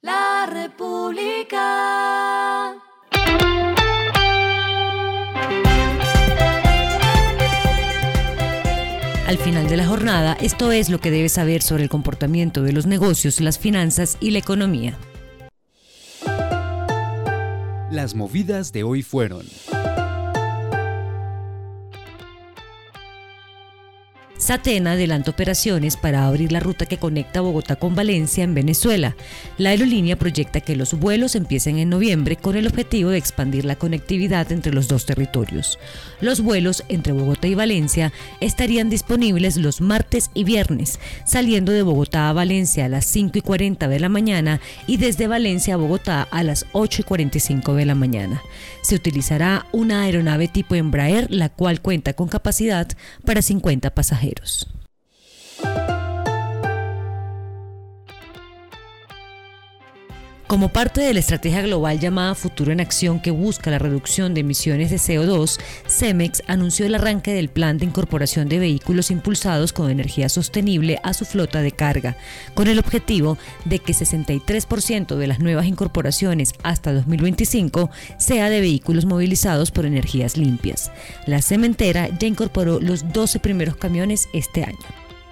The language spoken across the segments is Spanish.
La República. Al final de la jornada, esto es lo que debes saber sobre el comportamiento de los negocios, las finanzas y la economía. Las movidas de hoy fueron: Satena adelanta operaciones para abrir la ruta que conecta Bogotá con Valencia en Venezuela. La aerolínea proyecta que los vuelos empiecen en noviembre con el objetivo de expandir la conectividad entre los dos territorios. Los vuelos entre Bogotá y Valencia estarían disponibles los martes y viernes, saliendo de Bogotá a Valencia a las 5:40 de la mañana y desde Valencia a Bogotá a las 8:45 de la mañana. Se utilizará una aeronave tipo Embraer, la cual cuenta con capacidad para 50 pasajeros. Como parte de la estrategia global llamada Futuro en Acción, que busca la reducción de emisiones de CO2, Cemex anunció el arranque del plan de incorporación de vehículos impulsados con energía sostenible a su flota de carga, con el objetivo de que 63% de las nuevas incorporaciones hasta 2025 sea de vehículos movilizados por energías limpias. La cementera ya incorporó los 12 primeros camiones este año.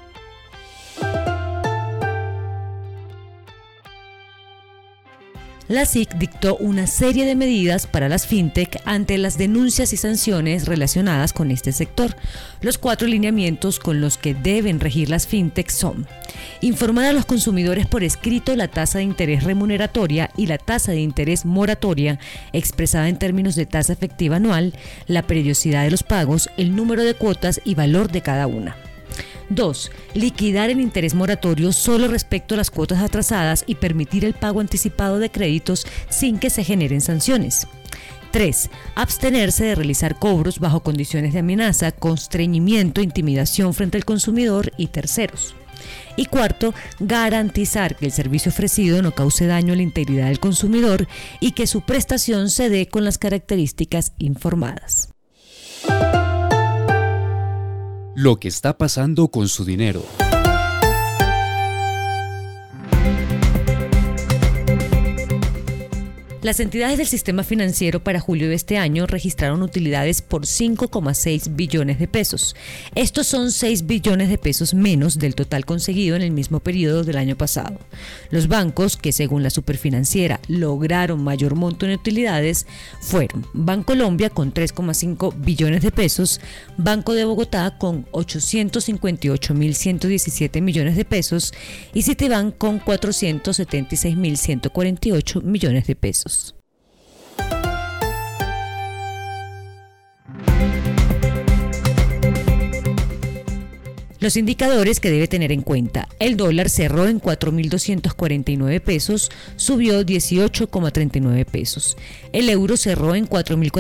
La SIC dictó una serie de medidas para las fintech ante las denuncias y sanciones relacionadas con este sector. Los 4 lineamientos con los que deben regir las fintech son: informar a los consumidores por escrito la tasa de interés remuneratoria y la tasa de interés moratoria, expresada en términos de tasa efectiva anual, la periodicidad de los pagos, el número de cuotas y valor de cada una. 2. Liquidar el interés moratorio solo respecto a las cuotas atrasadas y permitir el pago anticipado de créditos sin que se generen sanciones. 3. Abstenerse de realizar cobros bajo condiciones de amenaza, constreñimiento, intimidación frente al consumidor y terceros. Y 4. Garantizar que el servicio ofrecido no cause daño a la integridad del consumidor y que su prestación se dé con las características informadas. lo que está pasando con su dinero. Las entidades del sistema financiero para julio de este año registraron utilidades por 5,6 billones de pesos. Estos son 6 billones de pesos menos del total conseguido en el mismo periodo del año pasado. Los bancos que, según la Superfinanciera, lograron mayor monto en utilidades fueron Bancolombia con 3,5 billones de pesos, Banco de Bogotá con 858.117 millones de pesos y Citibank con 476.148 millones de pesos. Los indicadores que debe tener en cuenta: el dólar cerró en 4.249 pesos, subió 18,39 pesos. El euro cerró en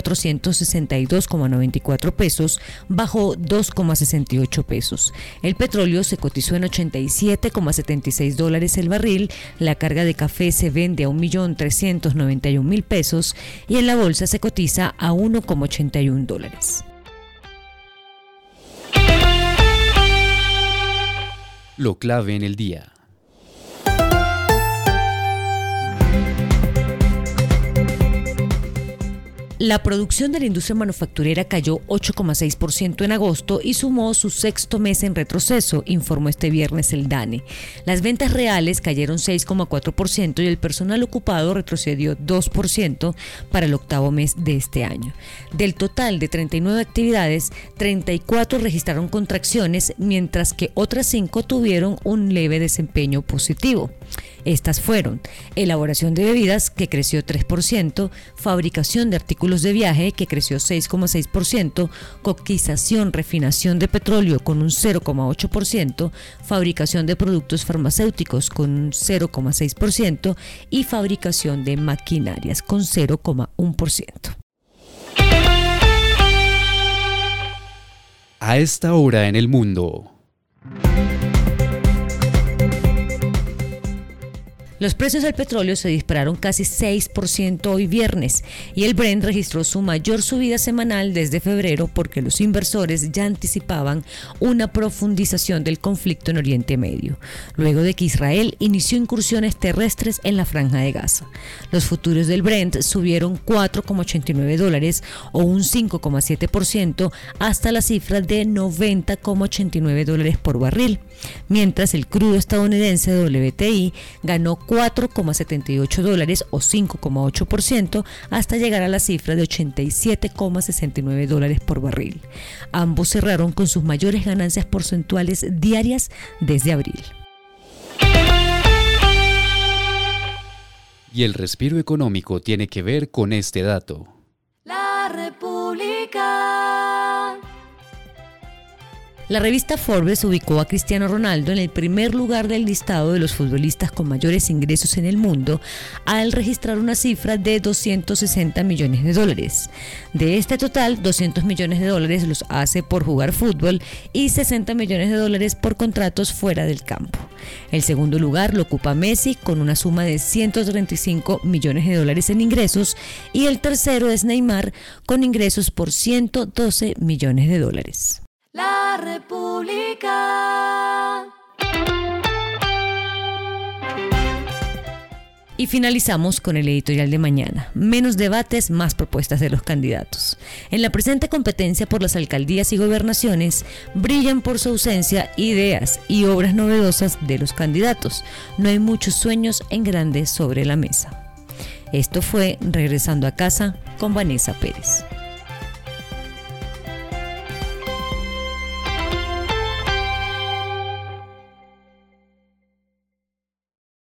4.462,94 pesos, bajó 2,68 pesos. El petróleo se cotizó en $87,76 el barril, la carga de café se vende a 1.391.000 pesos y en la bolsa se cotiza a $1,81. Lo clave en el día. La producción de la industria manufacturera cayó 8,6% en agosto y sumó su sexto mes en retroceso, informó este viernes el DANE. Las ventas reales cayeron 6,4% y el personal ocupado retrocedió 2% para el octavo mes de este año. Del total de 39 actividades, 34 registraron contracciones, mientras que otras 5 tuvieron un leve desempeño positivo. Estas fueron: elaboración de bebidas, que creció 3%, fabricación de artículos de viaje, que creció 6,6%, coquización, refinación de petróleo con un 0,8%, fabricación de productos farmacéuticos con un 0,6% y fabricación de maquinarias con 0,1%. A esta hora en el mundo. Los precios del petróleo se dispararon casi 6% hoy viernes y el Brent registró su mayor subida semanal desde febrero porque los inversores ya anticipaban una profundización del conflicto en Oriente Medio, luego de que Israel inició incursiones terrestres en la Franja de Gaza. Los futuros del Brent subieron $4,89 o un 5,7% hasta la cifra de $90,89 por barril, mientras el crudo estadounidense WTI ganó $4,78 o 5,8% hasta llegar a la cifra de $87,69 por barril. Ambos cerraron con sus mayores ganancias porcentuales diarias desde abril. Y el respiro económico tiene que ver con este dato. La República. La revista Forbes ubicó a Cristiano Ronaldo en el primer lugar del listado de los futbolistas con mayores ingresos en el mundo al registrar una cifra de $260 millones. De este total, $200 millones los hace por jugar fútbol y $60 millones por contratos fuera del campo. El segundo lugar lo ocupa Messi con una suma de $135 millones en ingresos y el tercero es Neymar con ingresos por $112 millones. La República. Y finalizamos con el editorial de mañana. Menos debates, más propuestas de los candidatos. En la presente competencia por las alcaldías y gobernaciones, brillan por su ausencia ideas y obras novedosas de los candidatos. No hay muchos sueños en grande sobre la mesa. Esto fue Regresando a Casa con Vanessa Pérez.